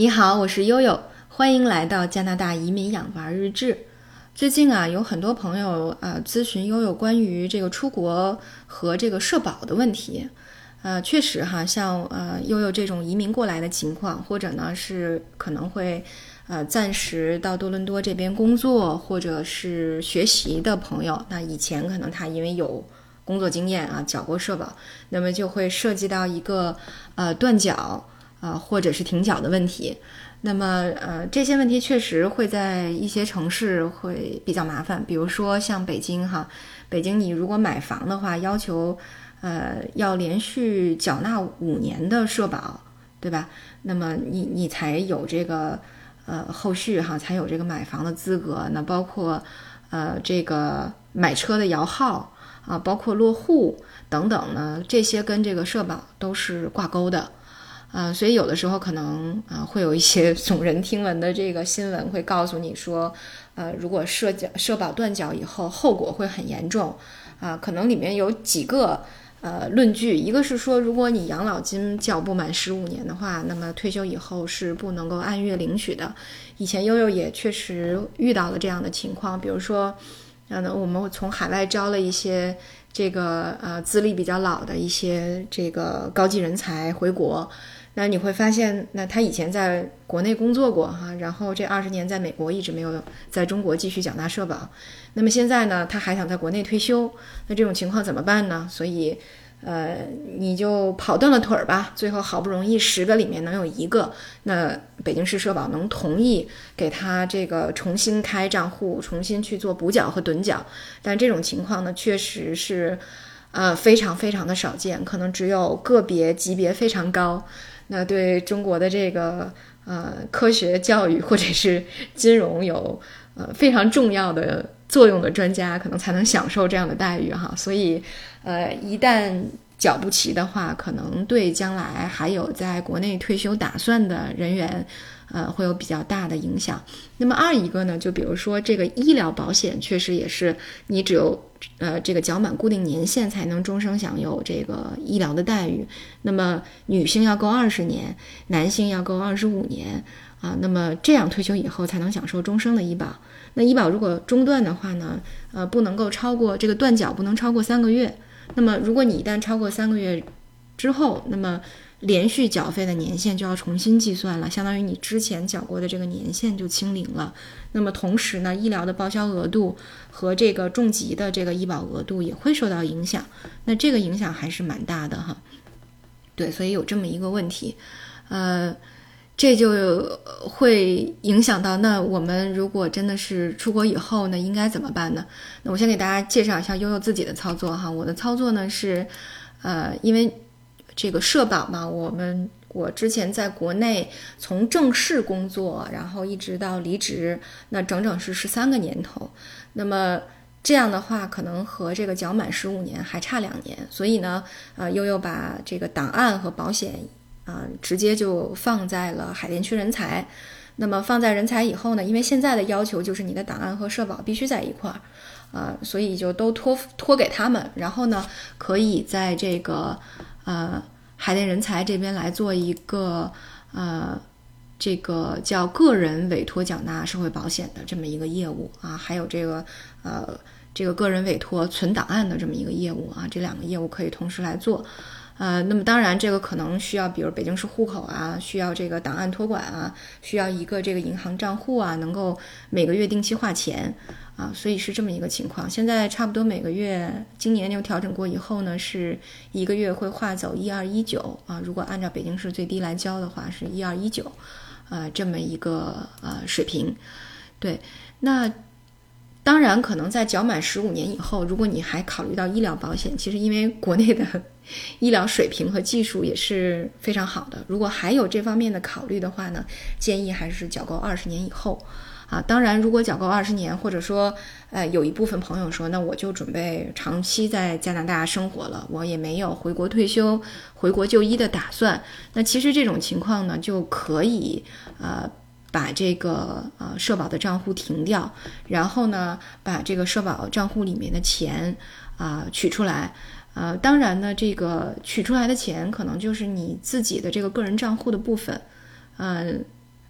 你好，我是悠悠，欢迎来到加拿大移民养娃日志。最近啊，有很多朋友咨询悠悠关于这个出国和这个社保的问题。确实哈，像悠悠这种移民过来的情况，或者呢是可能会暂时到多伦多这边工作或者是学习的朋友，那以前可能他因为有工作经验啊，缴过社保，那么就会涉及到一个断缴或者是停缴的问题。那么这些问题确实会在一些城市会比较麻烦，比如说像北京哈，北京你如果买房的话，要求要连续缴纳5年的社保，对吧？那么你才有这个后续哈，才有这个买房的资格。那包括这个买车的摇号啊，包括落户等等呢，这些跟这个社保都是挂钩的。所以有的时候可能会有一些耸人听闻的这个新闻会告诉你说，如果社保断缴以后，后果会很严重可能里面有几个论据，一个是说，如果你养老金缴不满15年的话，那么退休以后是不能够按月领取的。以前悠悠也确实遇到了这样的情况，比如说，我们从海外招了一些这个资历比较老的一些这个高级人才回国。那你会发现，那他以前在国内工作过哈，然后这20年在美国一直没有在中国继续缴纳社保。那么现在呢，他还想在国内退休，那这种情况怎么办呢？所以，你就跑断了腿儿吧。最后好不容易10个里面能有1个，那北京市社保能同意给他这个重新开账户，重新去做补缴和趸缴。但这种情况呢，确实是非常非常的少见，可能只有个别级别非常高。那对中国的这个科学教育或者是金融有非常重要的作用的专家，可能才能享受这样的待遇哈。所以一旦缴不齐的话，可能对将来还有在国内退休打算的人员会有比较大的影响。那么一个呢，就比如说这个医疗保险，确实也是你只有这个缴满固定年限才能终生享有这个医疗的待遇。那么女性要够20年，男性要够25年那么这样退休以后才能享受终生的医保。那医保如果中断的话呢，不能够超过这个断缴不能超过3个月。那么如果你一旦超过3个月之后，那么连续缴费的年限就要重新计算了，相当于你之前缴过的这个年限就清零了。那么同时呢，医疗的报销额度和这个重疾的这个医保额度也会受到影响。那这个影响还是蛮大的哈。对，所以有这么一个问题，这就会影响到，那我们如果真的是出国以后呢，应该怎么办呢？那我先给大家介绍一下悠悠自己的操作哈。我的操作呢是，因为这个社保嘛，我之前在国内从正式工作，然后一直到离职，那整整是13个年头。那么这样的话，可能和这个缴满15年还差2年，所以呢，悠悠把这个档案和保险直接就放在了海淀区人才。那么放在人才以后呢，因为现在的要求就是你的档案和社保必须在一块儿所以就都托给他们，然后呢，可以在这个海淀人才这边来做一个这个叫个人委托缴纳社会保险的这么一个业务还有这个个人委托存档案的这么一个业务这2个业务可以同时来做。那么当然这个可能需要比如北京市户口需要这个档案托管需要一个这个银行账户能够每个月定期划钱所以是这么一个情况。现在差不多每个月，今年又调整过以后呢，是1个月会划走1219如果按照北京市最低来交的话是1219这么一个水平。对，那当然可能在缴满15年以后，如果你还考虑到医疗保险，其实因为国内的医疗水平和技术也是非常好的，如果还有这方面的考虑的话呢，建议还是缴够20年以后当然如果缴够20年，或者说有一部分朋友说，那我就准备长期在加拿大生活了，我也没有回国退休回国就医的打算，那其实这种情况呢，就可以把这个社保的账户停掉，然后呢把这个社保账户里面的钱取出来。当然呢，这个取出来的钱可能就是你自己的这个个人账户的部分。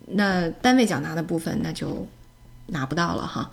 那单位缴纳的部分那就拿不到了哈。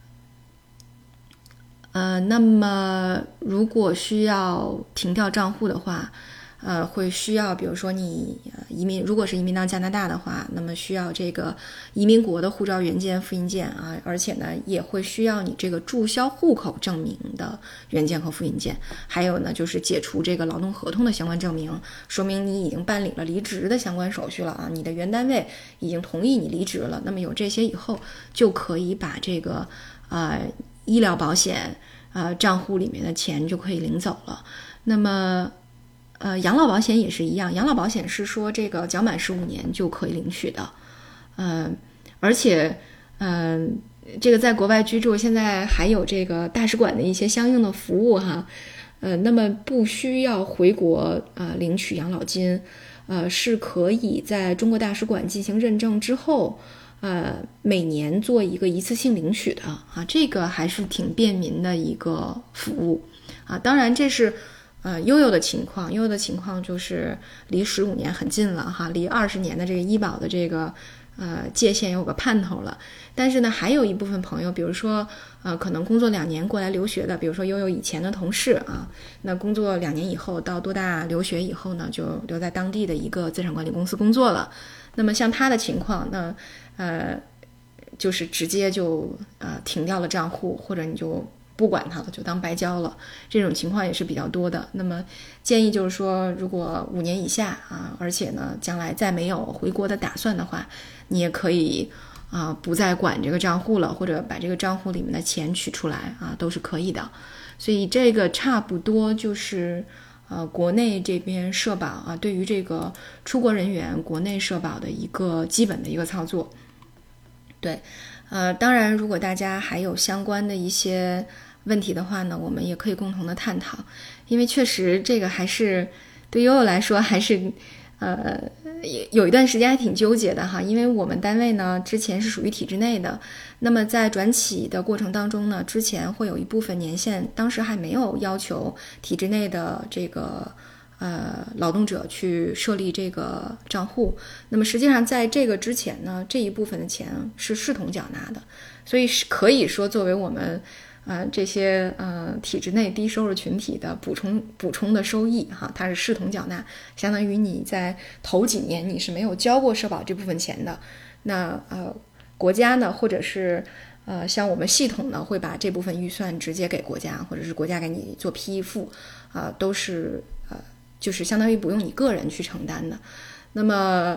那么如果需要停掉账户的话，会需要，比如说你如果是移民到加拿大的话，那么需要这个移民国的护照原件、复印件啊，而且呢也会需要你这个注销户口证明的原件和复印件，还有呢就是解除这个劳动合同的相关证明，说明你已经办理了离职的相关手续了啊，你的原单位已经同意你离职了。那么有这些以后，就可以把这个医疗保险账户里面的钱就可以领走了。那么养老保险也是一样，养老保险是说这个缴满15年就可以领取的。而且这个在国外居住现在还有这个大使馆的一些相应的服务哈。那么不需要回国领取养老金，是可以在中国大使馆进行认证之后每年做一个一次性领取的啊，这个还是挺便民的一个服务啊。当然这是悠悠的情况，悠悠的情况就是离15年很近了哈，离20年的这个医保的这个界限有个盼头了。但是呢，还有一部分朋友，比如说可能工作2年过来留学的，比如说悠悠以前的同事啊，那工作2年以后到多大留学以后呢，就留在当地的一个资产管理公司工作了。那么像他的情况，那就是直接就停掉了账户，或者你就不管它了，就当白交了，这种情况也是比较多的。那么建议就是说，如果5年以下而且呢将来再没有回国的打算的话，你也可以不再管这个账户了，或者把这个账户里面的钱取出来都是可以的。所以这个差不多就是国内这边社保对于这个出国人员国内社保的一个基本的一个操作。对，当然如果大家还有相关的一些问题的话呢，我们也可以共同的探讨，因为确实这个还是对悠悠来说还是有一段时间还挺纠结的哈。因为我们单位呢之前是属于体制内的，那么在转企的过程当中呢，之前会有一部分年限当时还没有要求体制内的这个劳动者去设立这个账户。那么实际上在这个之前呢，这一部分的钱是视同缴纳的，所以是可以说作为我们这些体制内低收入群体的补充的收益哈，它是视同缴纳，相当于你在头几年你是没有交过社保这部分钱的。那国家呢，或者是像我们系统呢，会把这部分预算直接给国家，或者是国家给你做批复都是就是相当于不用你个人去承担的。那么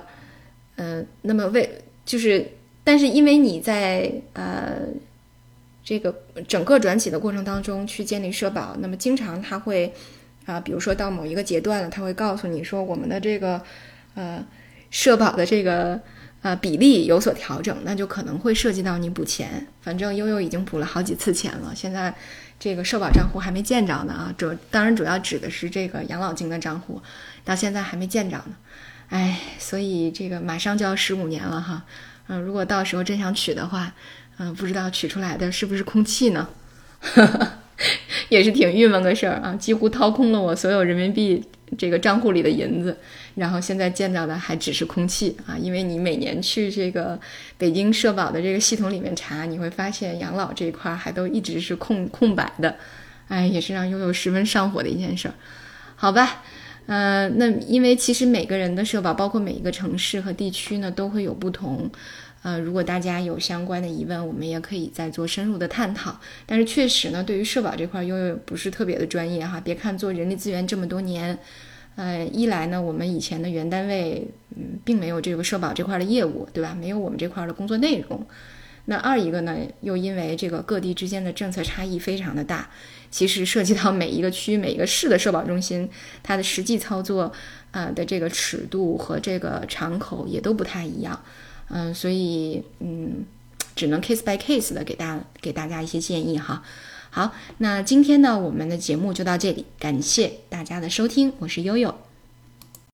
但是因为你在这个整个转企的过程当中去建立社保，那么经常他会比如说到某一个阶段了，他会告诉你说我们的这个社保的这个比例有所调整，那就可能会涉及到你补钱。反正悠悠已经补了好几次钱了，现在这个社保账户还没见着呢当然主要指的是这个养老金的账户，到现在还没见着呢。所以这个马上就要15年了哈。如果到时候真想取的话，不知道取出来的是不是空气呢？也是挺郁闷个事儿几乎掏空了我所有人民币这个账户里的银子，然后现在见到的还只是空气因为你每年去这个北京社保的这个系统里面查，你会发现养老这一块还都一直是空白的，也是让悠悠十分上火的一件事儿。好吧，那因为其实每个人的社保，包括每一个城市和地区呢，都会有不同。如果大家有相关的疑问，我们也可以再做深入的探讨。但是确实呢，对于社保这块悠悠不是特别的专业哈。别看做人力资源这么多年，一来呢，我们以前的原单位并没有这个社保这块的业务，对吧？没有我们这块的工作内容。那二一个呢，又因为这个各地之间的政策差异非常的大，其实涉及到每一个区每一个市的社保中心，它的实际操作的这个尺度和这个敞口也都不太一样。所以只能 case by case 的给大家一些建议哈。好，那今天呢，我们的节目就到这里，感谢大家的收听，我是悠悠。